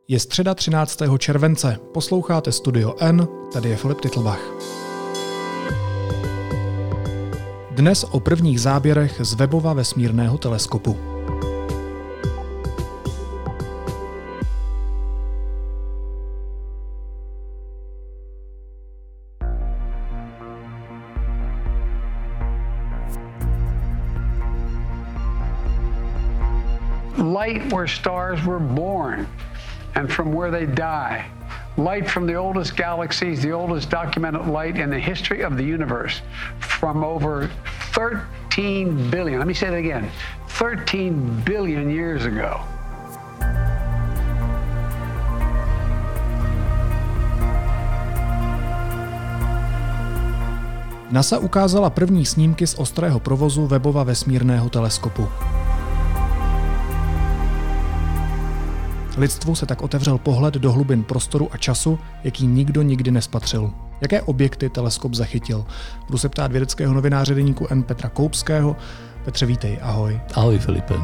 Je středa 13. července, posloucháte Studio N, tady je Filip Titlbach. Dnes o prvních záběrech z webova vesmírného teleskopu. Light where stars were born and from where they die. Light from the oldest galaxies, the oldest documented light in the history of the universe, from over 13 billion, let me say that again, 13 billion years ago. NASA ukázala první snímky z ostrého provozu webova vesmírného teleskopu. Lidstvu se tak otevřel pohled do hlubin prostoru a času, jaký nikdo nikdy nespatřil. Jaké objekty teleskop zachytil? Budu se ptát vědeckého novináře deníku N Petra Koupského. Petře, vítej, ahoj. Ahoj, Filipe.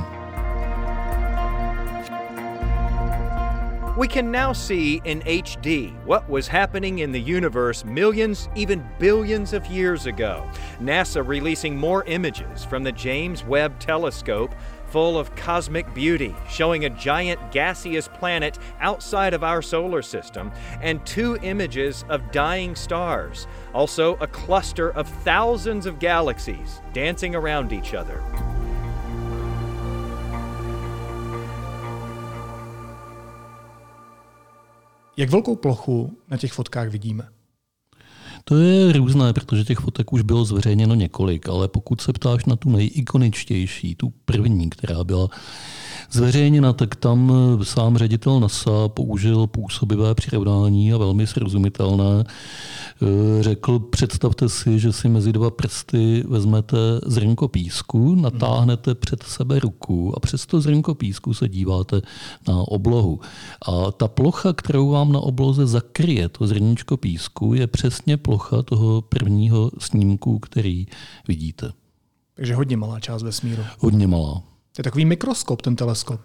We can now see in HD what was happening in the universe millions, even billions of years ago. NASA releasing more images from the James Webb Telescope full of cosmic beauty, showing a giant gaseous planet outside of our solar system, and 2 images of dying stars, also a cluster of thousands of galaxies dancing around each other. Jak velkou plochu na těch fotkách vidíme? To je různé, protože těch fotek už bylo zveřejněno několik, ale pokud se ptáš na tu nejikoničtější, tu první, která byla zveřejněna, tak tam sám ředitel NASA použil působivé přirovnání a velmi srozumitelné. Řekl, představte si, že si mezi 2 prsty vezmete zrnko písku, natáhnete před sebe ruku a přes to zrnko písku se díváte na oblohu. A ta plocha, kterou vám na obloze zakryje to zrníčko písku, je přesně plocha toho prvního snímku, který vidíte. Takže hodně malá část vesmíru. Hodně malá. To je takový mikroskop, ten teleskop.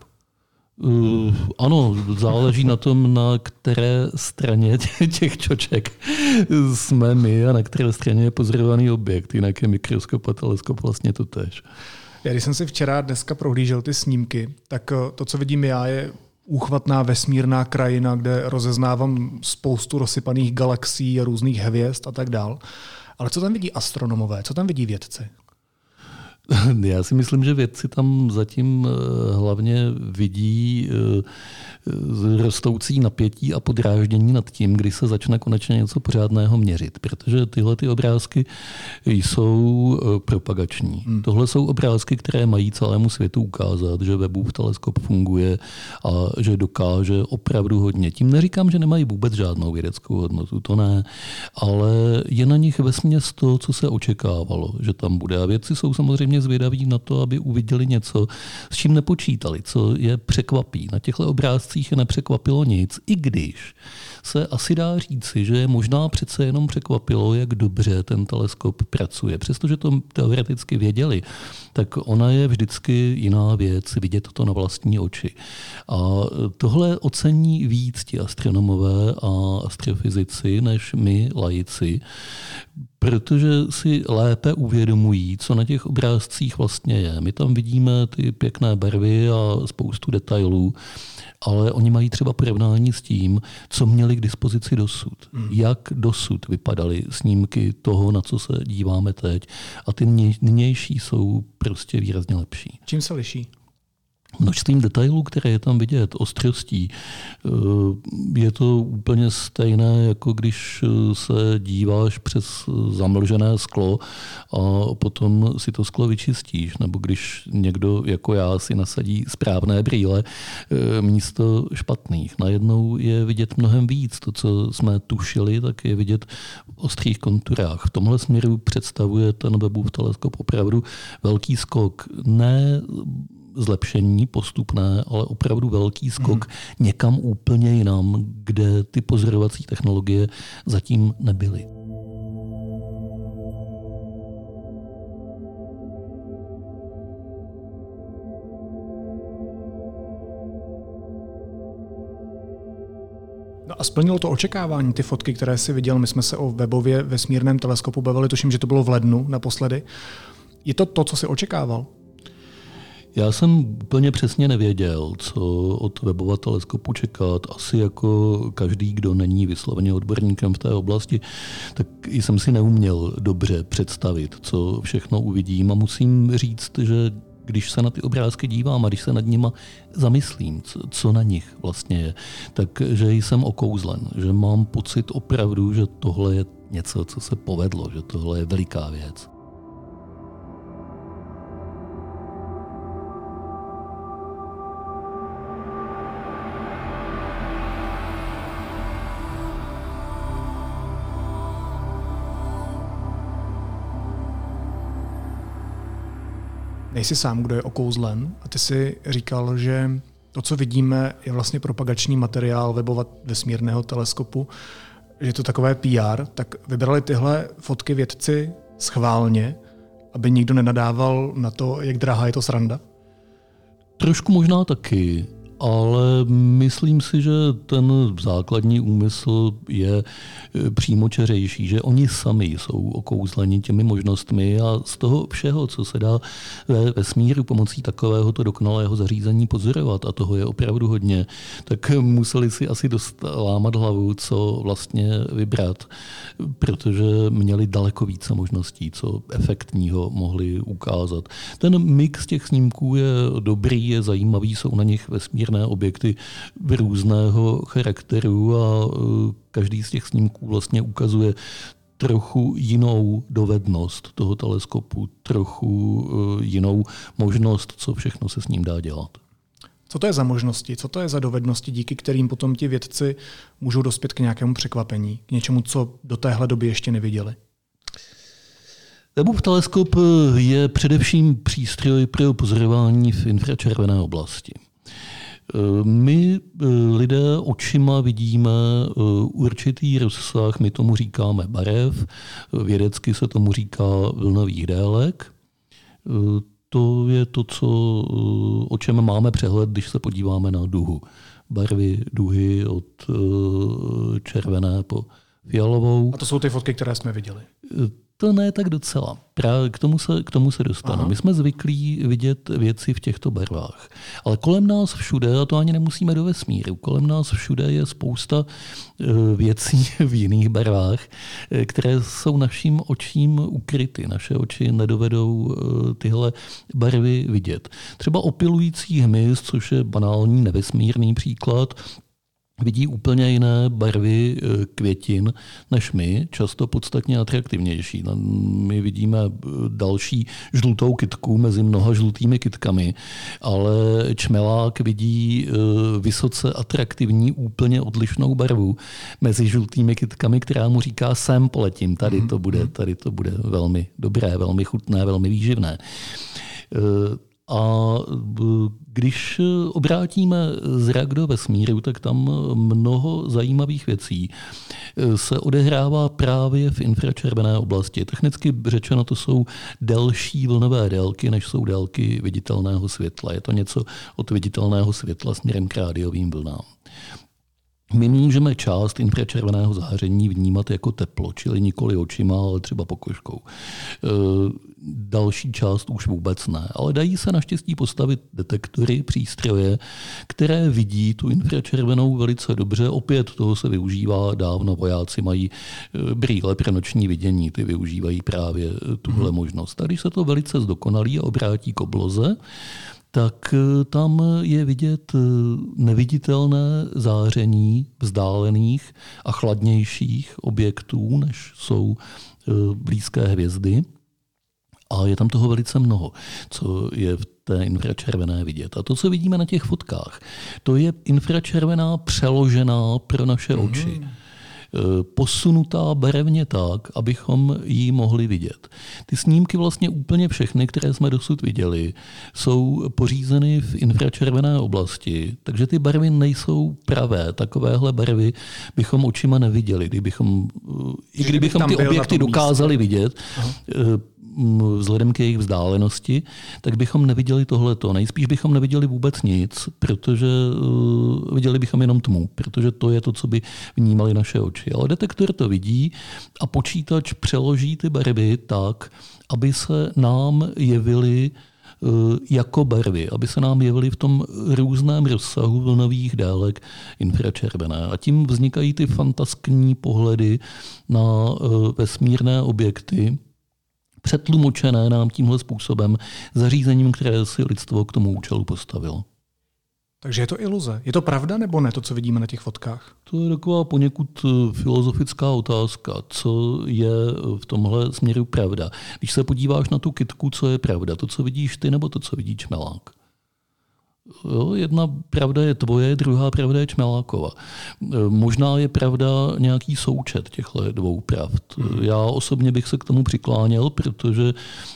Ano, záleží na tom, na které straně těch čoček jsme my a na které straně je pozorovaný objekt. Jinak je mikroskop a teleskop vlastně to též. Já když jsem si dneska prohlížel ty snímky, tak to, co vidím já, je úchvatná vesmírná krajina, kde rozeznávám spoustu rozsypaných galaxií a různých hvězd a tak dál. Ale co tam vidí astronomové? Co tam vidí vědci? Já si myslím, že vědci tam zatím hlavně vidí rostoucí napětí a podráždění nad tím, kdy se začne konečně něco pořádného měřit. Protože tyhle ty obrázky jsou propagační. Tohle jsou obrázky, které mají celému světu ukázat, že Webbův teleskop funguje a že dokáže opravdu hodně. Tím neříkám, že nemají vůbec žádnou vědeckou hodnotu, to ne, ale je na nich vesměs to, co se očekávalo, že tam bude. A vědci jsou samozřejmě zvědaví na to, aby uviděli něco, s čím nepočítali, co je překvapí. Na těchto obrázcích je nepřekvapilo nic, i když se asi dá říci, že možná přece jenom překvapilo, jak dobře ten teleskop pracuje. Přestože to teoreticky věděli, tak ona je vždycky jiná věc, vidět to na vlastní oči. A tohle ocení víc ti astronomové a astrofyzici než my, laici, protože si lépe uvědomují, co na těch obrázcích vlastně je. My tam vidíme ty pěkné barvy a spoustu detailů, ale oni mají třeba porovnání s tím, co měli k dispozici dosud. Jak dosud vypadaly snímky toho, na co se díváme teď. A ty nynější jsou prostě výrazně lepší. Čím se liší? Množstvím detailů, které je tam vidět, ostrostí. Je to úplně stejné, jako když se díváš přes zamlžené sklo a potom si to sklo vyčistíš, nebo když někdo jako já si nasadí správné brýle místo špatných. Najednou je vidět mnohem víc. To, co jsme tušili, tak je vidět v ostrých konturách. V tomhle směru představuje ten Webbův teleskop opravdu velký skok. Ne zlepšení postupné, ale opravdu velký skok někam úplně jinam, kde ty pozorovací technologie zatím nebyly. No a splnilo to očekávání, ty fotky, které jsi viděl, my jsme se o Webbově vesmírném teleskopu bavili, tuším, že to bylo v lednu naposledy. Je to to, co jsi očekával? Já jsem úplně přesně nevěděl, co od Webbova teleskopu čekat. Asi jako každý, kdo není vysloveně odborníkem v té oblasti, tak jsem si neuměl dobře představit, co všechno uvidím. A musím říct, že když se na ty obrázky dívám a když se nad nima zamyslím, co na nich vlastně je, takže jsem okouzlen, že mám pocit opravdu, že tohle je něco, co se povedlo, že tohle je veliká věc. Nejsi sám, kdo je okouzlen, a ty si říkal, že to, co vidíme, je vlastně propagační materiál Webbova vesmírného teleskopu, že je to takové PR, tak vybrali tyhle fotky vědci schválně, aby nikdo nenadával na to, jak drahá je to sranda? Trošku možná taky, ale myslím si, že ten základní úmysl je přímočařejší, že oni sami jsou okouzleni těmi možnostmi a z toho všeho, co se dá ve vesmíru pomocí takovéhoto dokonalého zařízení pozorovat, a toho je opravdu hodně, tak museli si asi dost lámat hlavu, co vlastně vybrat, protože měli daleko více možností, co efektního mohli ukázat. Ten mix těch snímků je dobrý, je zajímavý, jsou na nich vesmírné objekty různého charakteru a každý z těch snímků vlastně ukazuje trochu jinou dovednost toho teleskopu, trochu jinou možnost, co všechno se s ním dá dělat. Co to je za možnosti, co to je za dovednosti, díky kterým potom ti vědci můžou dospět k nějakému překvapení, k něčemu, co do téhle doby ještě neviděli? Webbův teleskop je především přístroj pro pozorování v infračervené oblasti. My lidé očima vidíme určitý rozsah, my tomu říkáme barev, vědecky se tomu říká vlnových délek. To je to, o čem máme přehled, když se podíváme na duhu. Barvy duhy od červené po fialovou. A to jsou ty fotky, které jsme viděli? To ne tak docela. Právě k tomu se dostanu. Aha. My jsme zvyklí vidět věci v těchto barvách. Ale kolem nás všude, a to ani nemusíme do vesmíru, kolem nás všude je spousta věcí v jiných barvách, které jsou naším očím ukryty. Naše oči nedovedou tyhle barvy vidět. Třeba opilující hmyz, což je banální nevesmírný příklad, vidí úplně jiné barvy květin než my, často podstatně atraktivnější. My vidíme další žlutou kytku mezi mnoha žlutými kytkami, ale čmelák vidí vysoce atraktivní, úplně odlišnou barvu mezi žlutými kytkami, která mu říká sem poletím, tady to bude velmi dobré, velmi chutné, velmi výživné. A když obrátíme zrak do vesmíru, tak tam mnoho zajímavých věcí se odehrává právě v infračervené oblasti. Technicky řečeno to jsou delší vlnové délky, než jsou délky viditelného světla. Je to něco od viditelného světla směrem k rádiovým vlnám. My můžeme část infračerveného záření vnímat jako teplo, čili nikoli očima, ale třeba pokožkou. Další část už vůbec ne. Ale dají se naštěstí postavit detektory, přístroje, které vidí tu infračervenou velice dobře. Opět toho se využívá dávno. Vojáci mají brýle pro noční vidění, ty využívají právě tuhle možnost. A když se to velice zdokonalí a obrátí k obloze, tak tam je vidět neviditelné záření vzdálených a chladnějších objektů, než jsou blízké hvězdy. A je tam toho velice mnoho, co je v té infračervené vidět. A to, co vidíme na těch fotkách, to je infračervená přeložená pro naše oči. Posunutá barevně tak, abychom ji mohli vidět. Ty snímky vlastně úplně všechny, které jsme dosud viděli, jsou pořízeny v infračervené oblasti, takže ty barvy nejsou pravé. Takovéhle barvy bychom očima neviděli, kdybychom ty objekty dokázali vidět. vzhledem k jejich vzdálenosti, tak bychom neviděli tohleto. Nejspíš bychom neviděli vůbec nic, protože viděli bychom jenom tmu, protože to je to, co by vnímali naše oči. Ale detektor to vidí a počítač přeloží ty barvy tak, aby se nám jevily jako barvy, aby se nám jevily v tom různém rozsahu vlnových délek infračervené. A tím vznikají ty fantaskní pohledy na vesmírné objekty, přetlumočené nám tímhle způsobem zařízením, které si lidstvo k tomu účelu postavilo. Takže je to iluze. Je to pravda nebo ne, to, co vidíme na těch fotkách? To je taková poněkud filozofická otázka, co je v tomhle směru pravda. Když se podíváš na tu kytku, co je pravda, to, co vidíš ty, nebo to, co vidí čmelák? Jo, jedna pravda je tvoje, druhá pravda je čmelákova. Možná je pravda nějaký součet těchto dvou pravd. Já osobně bych se k tomu přikláněl, protože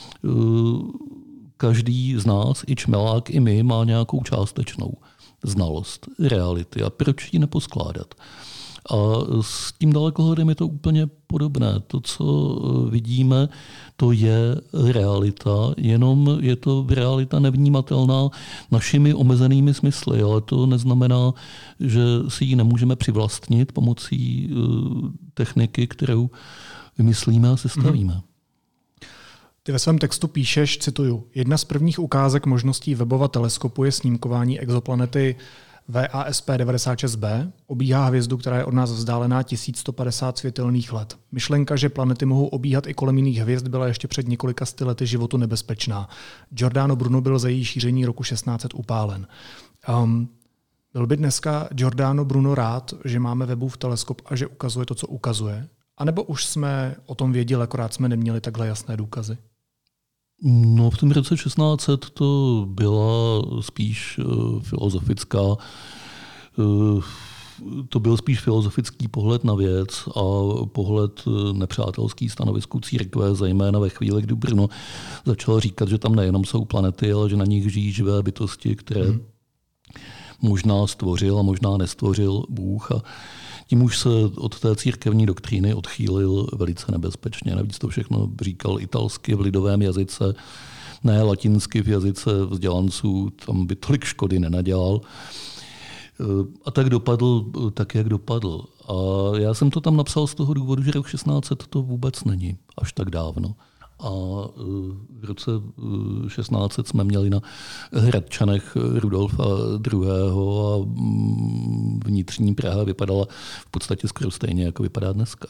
každý z nás, i čmelák, i my, má nějakou částečnou znalost reality. A proč ji neposkládat? A s tím dalekohledem je to úplně podobné. To, co vidíme, to je realita, jenom je to realita nevnímatelná našimi omezenými smysly, ale to neznamená, že si ji nemůžeme přivlastnit pomocí techniky, kterou vymyslíme a sestavíme. Ty ve svém textu píšeš, cituju, jedna z prvních ukázek možností Webbova teleskopu je snímkování exoplanety VASP-96b, obíhá hvězdu, která je od nás vzdálená 1150 světelných let. Myšlenka, že planety mohou obíhat i kolem jiných hvězd, byla ještě před několika sty lety životu nebezpečná. Giordano Bruno byl za její šíření roku 1600 upálen. Byl by dneska Giordano Bruno rád, že máme Webbův teleskop a že ukazuje to, co ukazuje? A nebo už jsme o tom věděli, akorát jsme neměli takhle jasné důkazy? No, v tom roce 1600 to byla spíš filozofická, to byl spíš filozofický pohled na věc a pohled nepřátelský stanovisku církve, zejména ve chvíli, kdy Bruno začal říkat, že tam nejenom jsou planety, ale že na nich žijí živé bytosti, které možná stvořil a možná nestvořil Bůh. A tím už se od té církevní doktríny odchýlil velice nebezpečně. Navíc to všechno říkal italsky v lidovém jazyce, ne latinsky v jazyce vzdělanců, tam by tolik škody nenadělal. A tak dopadl tak, jak dopadl. A já jsem to tam napsal z toho důvodu, že rok 1600 to vůbec není až tak dávno. A v roce 1600 jsme měli na Hradčanech Rudolfa II. A vnitřní Praha vypadala v podstatě skoro stejně, jako vypadá dneska.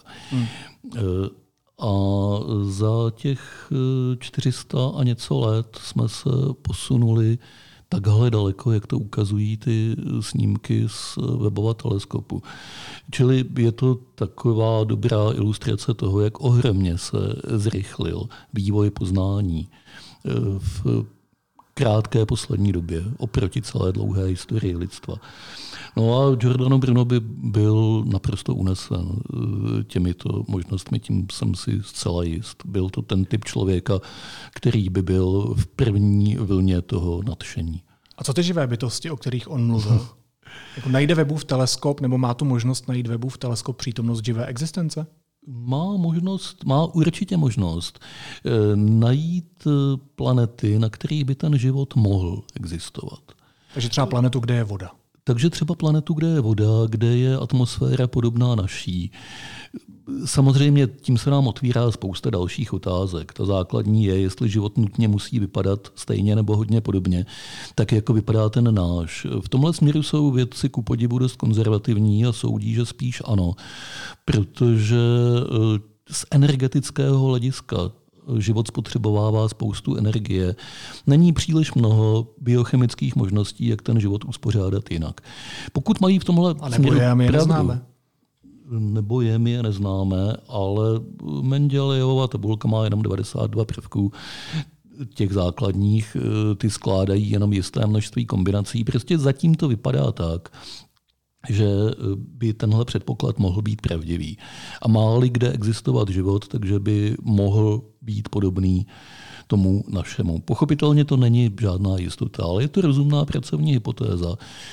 A za těch 400 a něco let jsme se posunuli takhle daleko, jak to ukazují ty snímky z Webbova teleskopu. Čili je to taková dobrá ilustrace toho, jak ohromně se zrychlil vývoj poznání v krátké poslední době oproti celé dlouhé historii lidstva. No a Giordano Bruno by byl naprosto unesen těmito možnostmi, tím jsem si zcela jist. Byl to ten typ člověka, který by byl v první vlně toho nadšení. A co ty živé bytosti, o kterých on mluvil? Jako najde Webbův teleskop, nebo má tu možnost najít Webbův teleskop přítomnost živé existence? Má určitě možnost najít planety, na kterých by ten život mohl existovat. Takže třeba planetu, kde je voda. Takže třeba planetu, kde je voda, kde je atmosféra podobná naší. Samozřejmě tím se nám otvírá spousta dalších otázek. Ta základní je, jestli život nutně musí vypadat stejně nebo hodně podobně, tak jako vypadá ten náš. V tomhle směru jsou vědci ku podivu dost konzervativní a soudí, že spíš ano, protože z energetického hlediska život spotřebovává spoustu energie. Není příliš mnoho biochemických možností, jak ten život uspořádat jinak. Pokud mají v tomhle směru pravdu, nebo my je neznáme, ale Mendelejevova tabulka má jenom 92 prvků těch základních, ty skládají jenom jisté množství kombinací. Prostě zatím to vypadá tak, že by tenhle předpoklad mohl být pravdivý. A má-li kde existovat život, takže by mohl být podobný tomu našemu. Pochopitelně to není žádná jistota, ale je to rozumná pracovní hypotéza.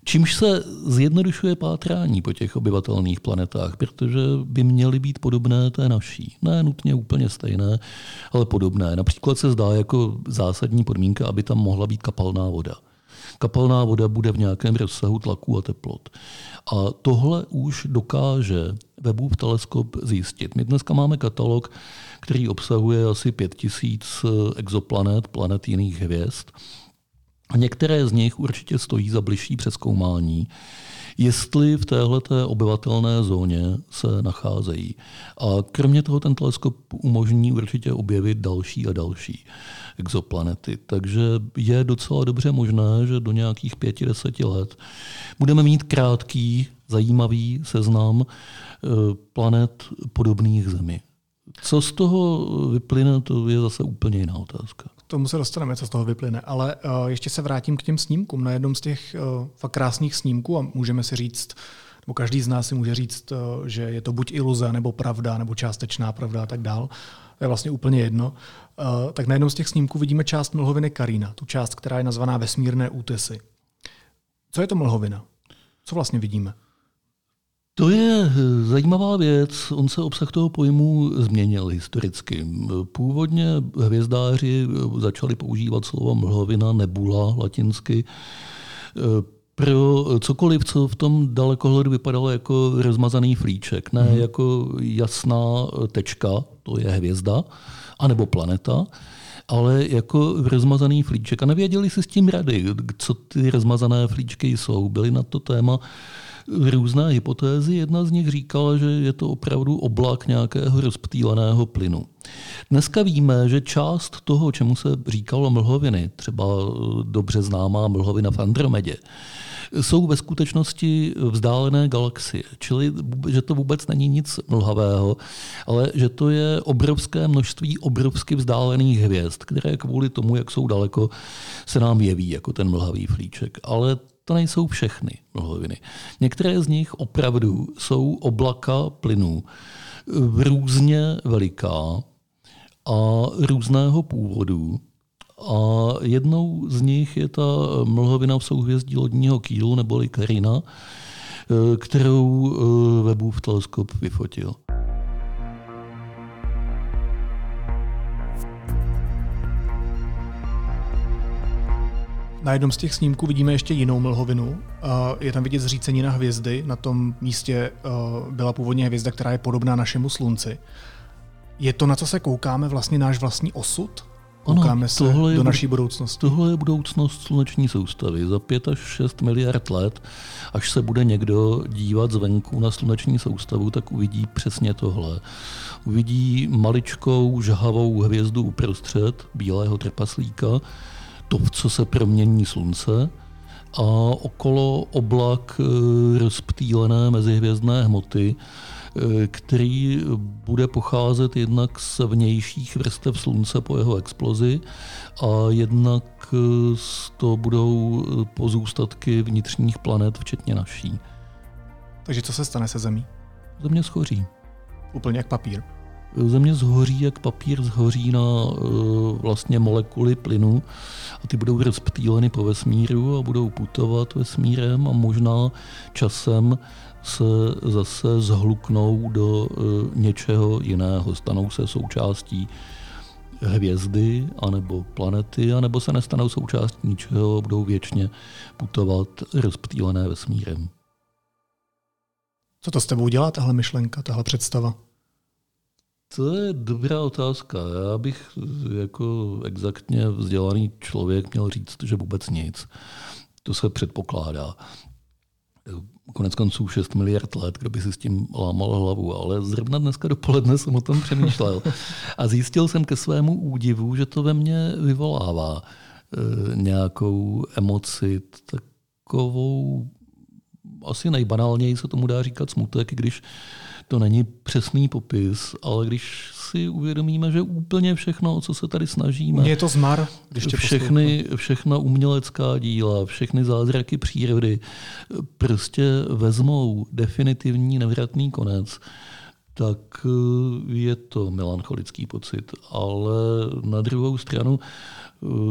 Čímž se zjednodušuje pátrání po těch obyvatelných planetách, protože by měly být podobné té naší. Ne nutně úplně stejné, ale podobné. Například se zdá jako zásadní podmínka, aby tam mohla být kapalná voda. Kapalná voda bude v nějakém rozsahu tlaku a teplot. A tohle už dokáže Webbův teleskop zjistit. My dneska máme katalog, který obsahuje asi 5000 exoplanet, planet jiných hvězd. A některé z nich určitě stojí za bližší přezkoumání, jestli v téhleté obyvatelné zóně se nacházejí. A kromě toho ten teleskop umožní určitě objevit další a další exoplanety. Takže je docela dobře možné, že do nějakých 5-10 let budeme mít krátký, zajímavý seznam planet podobných Zemi. Co z toho vyplyne, to je zase úplně jiná otázka. K tomu se dostaneme, co z toho vyplyne, ale ještě se vrátím k těm snímkům. Na jednom z těch fakt krásných snímků, a můžeme si říct, nebo každý z nás si může říct, že je to buď iluze, nebo pravda, nebo částečná pravda a tak dál. To je vlastně úplně jedno. Tak na jednom z těch snímků vidíme část mlhoviny Carina, tu část, která je nazvaná vesmírné útesy. Co je to mlhovina? Co vlastně vidíme? To je zajímavá věc. On se obsah toho pojmu změnil historicky. Původně hvězdáři začali používat slovo mlhovina, nebula latinsky, pro cokoliv, co v tom dalekohledu vypadalo jako rozmazaný flíček, ne jako jasná tečka, to je hvězda, anebo planeta, ale jako rozmazaný flíček. A nevěděli si s tím rady, co ty rozmazané flíčky jsou. Byly na to téma různé hypotézy. Jedna z nich říkala, že je to opravdu oblak nějakého rozptýleného plynu. Dneska víme, že část toho, čemu se říkalo mlhoviny, třeba dobře známá mlhovina v Andromedě, jsou ve skutečnosti vzdálené galaxie. Čili, že to vůbec není nic mlhavého, ale že to je obrovské množství obrovsky vzdálených hvězd, které kvůli tomu, jak jsou daleko, se nám jeví jako ten mlhavý flíček. Ale to nejsou všechny mlhoviny. Některé z nich opravdu jsou oblaka plynů různě veliká a různého původu. A jednou z nich je ta mlhovina v souhvězdí lodního kýlu, neboli Carina, kterou Webbův teleskop vyfotil. Na jednom z těch snímků vidíme ještě jinou mlhovinu. Je tam vidět zřícenina hvězdy. Na tom místě byla původně hvězda, která je podobná našemu Slunci. Je to, na co se koukáme, vlastně náš vlastní osud? Koukáme se do naší budoucnosti. Tohle je budoucnost sluneční soustavy. Za 5 až 6 miliard let, až se bude někdo dívat zvenku na sluneční soustavu, tak uvidí přesně tohle. Uvidí maličkou žhavou hvězdu uprostřed, bílého trpaslíka, to, v co se promění slunce, a okolo oblak rozptýlené mezihvězdné hmoty, který bude pocházet jednak z vnějších vrstev slunce po jeho explozi a jednak to budou pozůstatky vnitřních planet, včetně naší. Takže co se stane se Zemí? Země schoří. Úplně jak papír. Země zhoří, jak papír zhoří na vlastně molekuly plynu a ty budou rozptýleny po vesmíru a budou putovat vesmírem a možná časem se zase zhluknou do něčeho jiného. Stanou se součástí hvězdy anebo planety, anebo se nestanou součástí ničeho a budou věčně putovat rozptýlené vesmírem. Co to s tebou dělá, tahle myšlenka, tahle představa? To je dobrá otázka. Já bych jako exaktně vzdělaný člověk měl říct, že vůbec nic. To se předpokládá. Koneckonců 6 miliard let, kdo by si s tím lámal hlavu, ale zrovna dneska dopoledne jsem o tom přemýšlel a zjistil jsem ke svému údivu, že to ve mně vyvolává nějakou emoci, takovou, asi nejbanálněji se tomu dá říkat smutek, když to není přesný popis, ale když si uvědomíme, že úplně všechno, o co se tady snažíme, mně je to zmar, když tě všechna umělecká díla, všechny zázraky přírody prostě vezmou definitivní nevratný konec, tak je to melancholický pocit. Ale na druhou stranu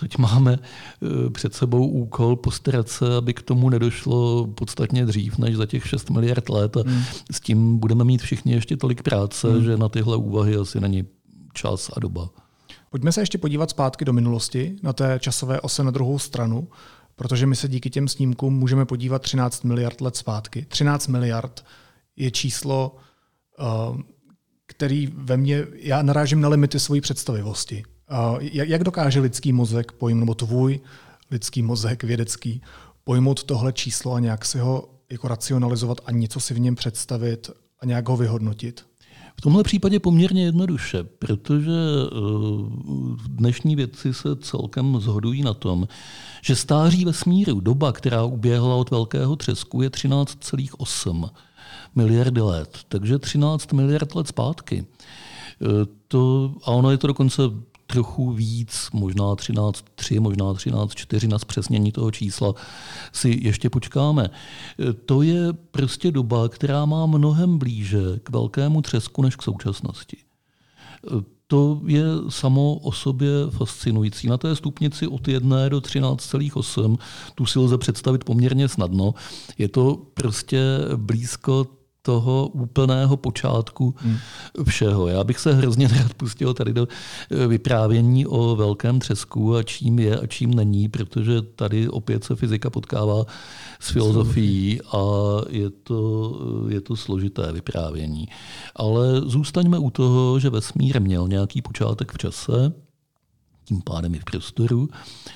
teď máme před sebou úkol postarat se, aby k tomu nedošlo podstatně dřív než za těch 6 miliard let. A s tím budeme mít všichni ještě tolik práce, že na tyhle úvahy asi není čas a doba. Pojďme se ještě podívat zpátky do minulosti, na té časové ose na druhou stranu, protože my se díky těm snímkům můžeme podívat 13 miliard let zpátky. 13 miliard je číslo, který ve mně, já narážím na limity svojí představivosti. Jak dokáže lidský mozek pojmout, nebo tvůj lidský mozek vědecký, pojmout tohle číslo a nějak si ho jako racionalizovat a něco si v něm představit a nějak ho vyhodnotit? V tomhle případě poměrně jednoduše, protože dnešní vědci se celkem shodují na tom, že stáří vesmíru, doba, která uběhla od velkého třesku, je 13,8 miliardy let. Takže 13 miliard let zpátky. A ono je to dokonce trochu víc, možná 13,3, možná 13,4 na zpřesnění toho čísla si ještě počkáme. To je prostě doba, která má mnohem blíže k velkému třesku než k současnosti. To je samo o sobě fascinující. Na té stupnici od 1 do 13,8 tu si lze představit poměrně snadno. Je to prostě blízko toho úplného počátku všeho. Já bych se hrozně rád pustil tady do vyprávění o velkém třesku a čím je a čím není, protože tady opět se fyzika potkává s filozofií a je to složité vyprávění. Ale zůstaňme u toho, že vesmír měl nějaký počátek v čase, tím pádem i v prostoru,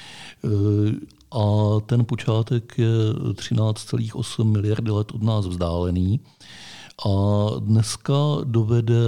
a ten počátek je 13,8 miliardy let od nás vzdálený. A dneska dovede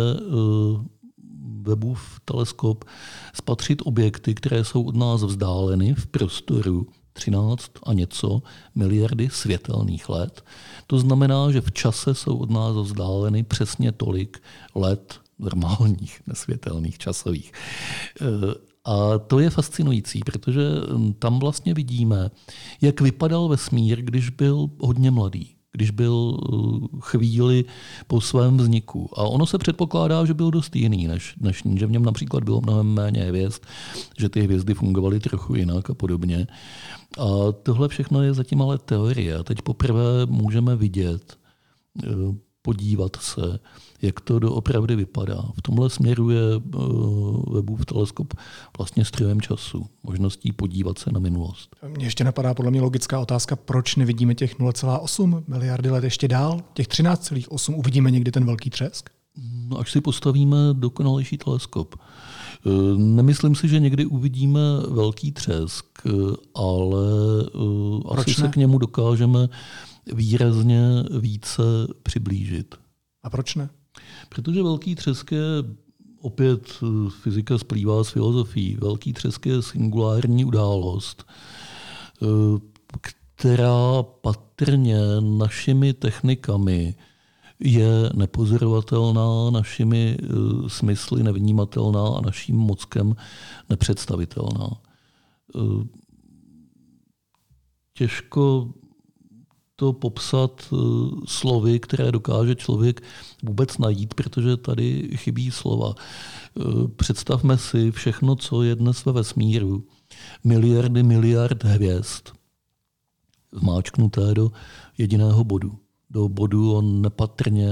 Webbův teleskop spatřit objekty, které jsou od nás vzdáleny v prostoru 13 a něco miliardy světelných let. To znamená, že v čase jsou od nás vzdáleny přesně tolik let normálních, nesvětelných, časových. A to je fascinující, protože tam vlastně vidíme, jak vypadal vesmír, když byl hodně mladý, když byl chvíli po svém vzniku. A ono se předpokládá, že byl dost jiný než dnešní, že v něm například bylo mnohem méně hvězd, že ty hvězdy fungovaly trochu jinak a podobně. A tohle všechno je zatím ale teorie. A teď poprvé můžeme vidět, podívat se, jak to doopravdy vypadá. V tomhle směru je Webbův teleskop vlastně strojem času, možností podívat se na minulost. Mně ještě napadá podle mě logická otázka, proč nevidíme těch 0,8 miliardy let ještě dál? Těch 13,8 uvidíme někdy ten velký třesk? No, až si postavíme dokonalejší teleskop. Nemyslím si, že někdy uvidíme velký třesk, ale asi se k němu dokážeme výrazně více přiblížit. A proč ne? Protože velký třesk je, opět fyzika splývá s filozofií, velký třesk je singulární událost, která patrně našimi technikami je nepozorovatelná, našimi smysly nevnímatelná a naším mozkem nepředstavitelná. Těžko to popsat slovy, které dokáže člověk vůbec najít, protože tady chybí slova. Představme si všechno, co je dnes ve vesmíru. Miliard hvězd vmáčknuté do jediného bodu. Do bodu o nepatrně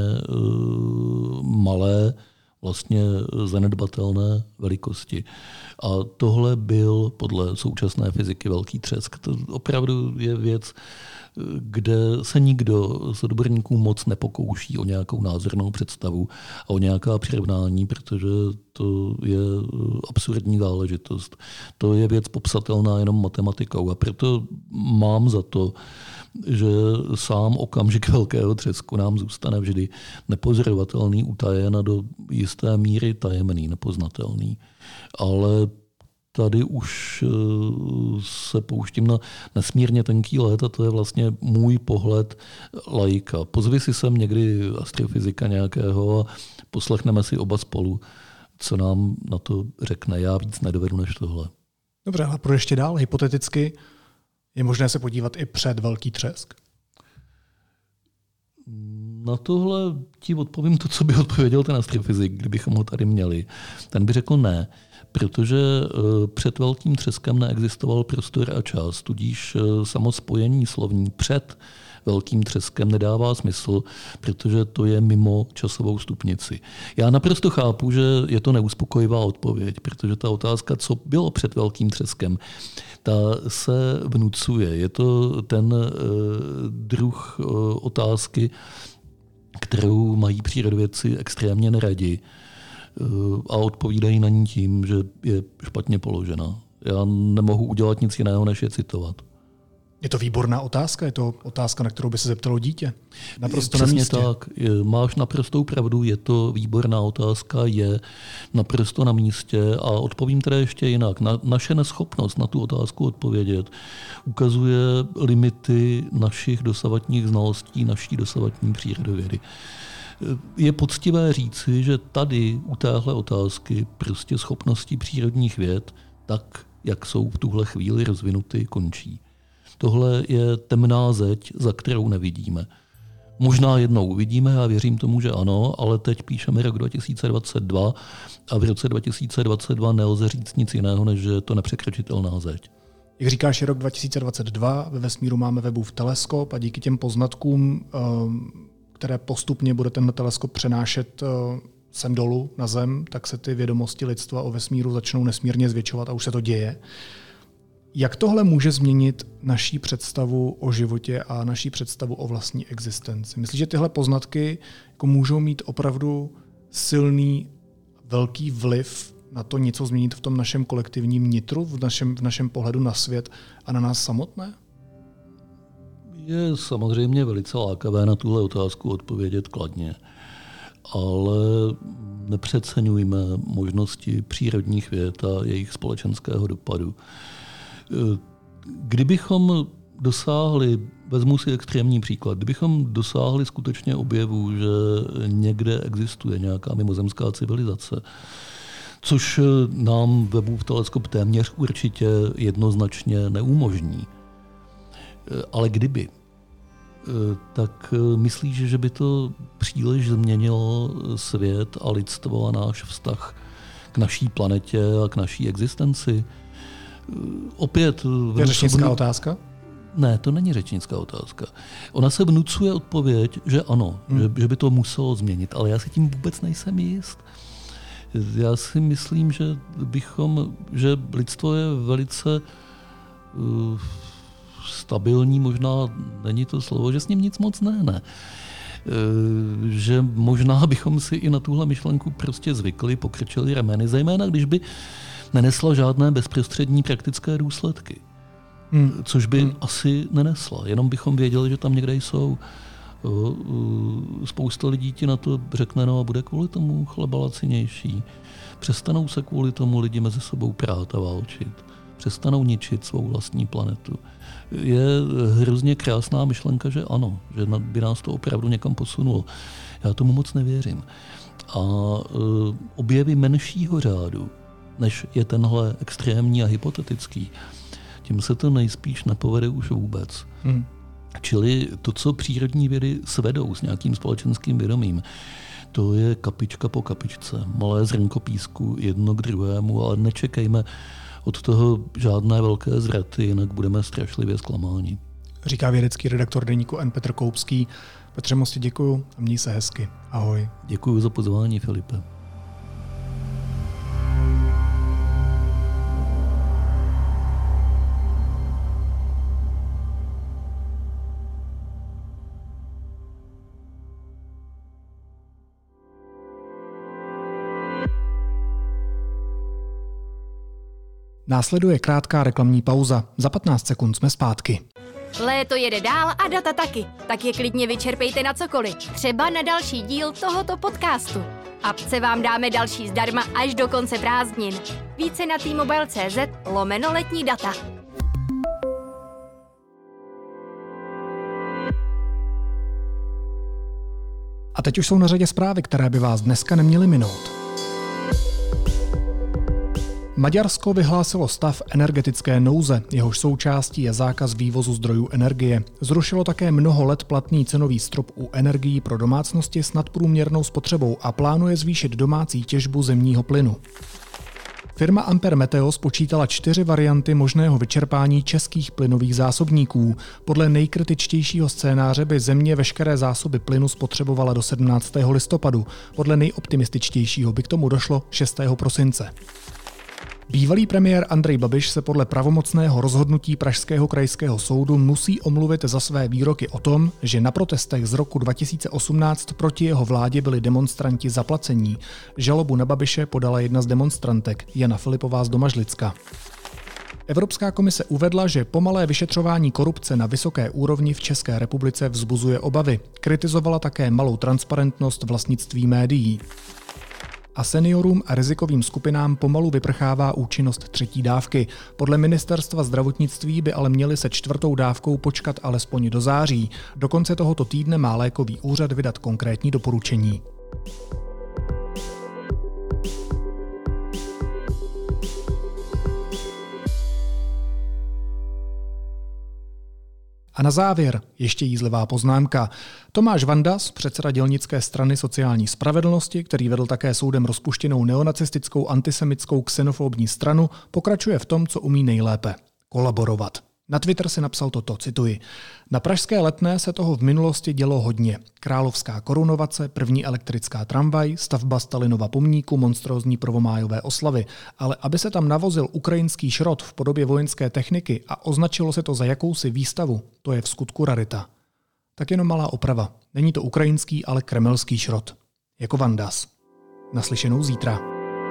malé, vlastně zanedbatelné velikosti. A tohle byl podle současné fyziky velký třesk. To opravdu je věc, kde se nikdo z odborníků moc nepokouší o nějakou názornou představu a o nějaká přirovnání, protože to je absurdní záležitost. To je věc popsatelná jenom matematikou a proto mám za to, že sám okamžik velkého třesku nám zůstane vždy nepozorovatelný, utajen a do jisté míry tajemný, nepoznatelný. Ale tady už se pouštím na nesmírně tenký led a to je vlastně můj pohled laika. Pozvi si sem někdy astrofyzika nějakého a poslechneme si oba spolu, co nám na to řekne. Já víc nedovedu než tohle. Dobře, ale pro ještě dál. Hypoteticky je možné se podívat i před velký třesk? Na tohle ti odpovím to, co by odpověděl ten astrofyzik, kdybychom ho tady měli. Ten by řekl ne, protože před velkým třeskem neexistoval prostor a čas, tudíž samo spojení slovní před velkým třeskem nedává smysl, protože to je mimo časovou stupnici. Já naprosto chápu, že je to neuspokojivá odpověď, protože ta otázka, co bylo před velkým třeskem, ta se vnucuje. Je to ten druh otázky, kterou mají přírodovědci extrémně neradi a odpovídají na ní tím, že je špatně položena. Já nemohu udělat nic jiného, než je citovat. Je to výborná otázka, je to otázka, na kterou by se zeptalo dítě. Naprosto Přesně na místě. tak, máš naprostou pravdu, je to výborná otázka, je naprosto na místě a odpovím teda ještě jinak. Naše neschopnost na tu otázku odpovědět ukazuje limity našich dosavadních znalostí, naší dosavadní přírodovědy. Je poctivé říci, že tady u téhle otázky prostě schopnosti přírodních věd, tak jak jsou v tuhle chvíli rozvinuty, končí. Tohle je temná zeď, za kterou nevidíme. Možná jednou uvidíme, já věřím tomu, že ano, ale teď píšeme rok 2022 a v roce 2022 nelze říct nic jiného, než že je to nepřekročitelná zeď. Jak říkáš, je rok 2022, ve vesmíru máme Webův teleskop a díky těm poznatkům, které postupně bude ten teleskop přenášet sem dolů na Zem, tak se ty vědomosti lidstva o vesmíru začnou nesmírně zvětšovat a už se to děje. Jak tohle může změnit naší představu o životě a naší představu o vlastní existenci? Myslíš, že tyhle poznatky jako můžou mít opravdu silný, velký vliv na to něco změnit v tom našem kolektivním nitru, v našem pohledu na svět a na nás samotné? Je samozřejmě velice lákavé na tuhle otázku odpovědět kladně, ale nepřeceňujme možnosti přírodních věd a jejich společenského dopadu. Kdybychom dosáhli, vezmu si extrémní příklad, kdybychom dosáhli skutečně objevu, že někde existuje nějaká mimozemská civilizace, což nám Webův teleskop téměř určitě jednoznačně neumožní. Ale kdyby, tak myslíš, že by to příliš změnilo svět a lidstvo a náš vztah k naší planetě a k naší existenci? Opět... Je řečnická otázka? Ne, to není řečnická otázka. Ona se vnucuje odpověď, že ano, že by to muselo změnit, ale já si tím vůbec nejsem jist. Já si myslím, že lidstvo je velice stabilní, možná není to slovo, že s ním nic moc ne. Že možná bychom si i na tuhle myšlenku prostě zvykli, pokrčili rameny, zejména když by nenesla žádné bezprostřední praktické důsledky. Což by asi nenesla, jenom bychom věděli, že tam někde jsou. Spousta lidí ti na to řekne, no a bude kvůli tomu chleba lacinější. Přestanou se kvůli tomu lidi mezi sebou prát a válčit. Přestanou ničit svou vlastní planetu. Je hrozně krásná myšlenka, že ano, že by nás to opravdu někam posunulo. Já tomu moc nevěřím. A objevy menšího řádu, než je tenhle extrémní a hypotetický, tím se to nejspíš nepovede už vůbec. Čili to, co přírodní vědy svedou s nějakým společenským vědomím, to je kapička po kapičce, malé zrnko písku jedno k druhému, ale nečekejme od toho žádné velké zvraty, jinak budeme strašlivě zklamáni. Říká vědecký redaktor deníku N. Petr Koupský. Petře, moc ti děkuju a měj se hezky. Ahoj. Děkuju za pozvání, Filipe. Následuje krátká reklamní pauza. Za 15 sekund jsme zpátky. Léto jede dál a data taky. Tak je klidně vyčerpejte na cokoliv. Třeba na další díl tohoto podcastu. Apce vám dáme další zdarma až do konce prázdnin. Více na t-mobile.cz/letní data. A teď už jsou na řadě zprávy, které by vás dneska neměly minout. Maďarsko vyhlásilo stav energetické nouze, jehož součástí je zákaz vývozu zdrojů energie. Zrušilo také mnoho let platný cenový strop u energií pro domácnosti s nadprůměrnou spotřebou a plánuje zvýšit domácí těžbu zemního plynu. Firma Ampere Meteo spočítala 4 varianty možného vyčerpání českých plynových zásobníků. Podle nejkritičtějšího scénáře by země veškeré zásoby plynu spotřebovala do 17. listopadu. Podle nejoptimističtějšího by k tomu došlo 6. prosince. Bývalý premiér Andrej Babiš se podle pravomocného rozhodnutí Pražského krajského soudu musí omluvit za své výroky o tom, že na protestech z roku 2018 proti jeho vládě byli demonstranti zaplacení. Žalobu na Babiše podala jedna z demonstrantek, Jana Filipová z Domažlicka. Evropská komise uvedla, že pomalé vyšetřování korupce na vysoké úrovni v České republice vzbuzuje obavy. Kritizovala také malou transparentnost vlastnictví médií. A seniorům a rizikovým skupinám pomalu vyprchává účinnost 3. dávky. Podle ministerstva zdravotnictví by ale měli se 4. dávkou počkat alespoň do září. Do konce tohoto týdne má lékový úřad vydat konkrétní doporučení. A na závěr ještě jízlivá poznámka. Tomáš Vandas, předseda dělnické strany sociální spravedlnosti, který vedl také soudem rozpuštěnou neonacistickou, antisemitskou, xenofobní stranu, pokračuje v tom, co umí nejlépe – kolaborovat. Na Twitter si napsal toto, cituji. Na pražské Letné se toho v minulosti dělo hodně. Královská korunovace, první elektrická tramvaj, stavba Stalinova pomníku, monstrózní prvomájové oslavy. Ale aby se tam navozil ukrajinský šrot v podobě vojenské techniky a označilo se to za jakousi výstavu, to je v skutku rarita. Tak jenom malá oprava. Není to ukrajinský, ale kremelský šrot. Jako Vandas. Naslyšenou zítra.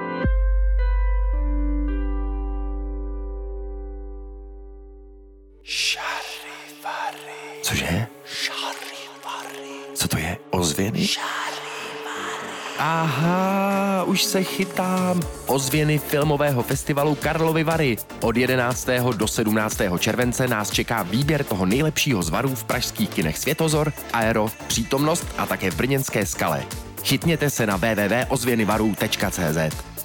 Cože? Co to je? Ozvěny? Aha, už se chytám. Ozvěny filmového festivalu Karlovy Vary. Od 11. do 17. července nás čeká výběr toho nejlepšího z varů v pražských kinech Světozor, Aero, Přítomnost a také v brněnské Skale. Chytněte se na www.ozvěnyvarů.cz.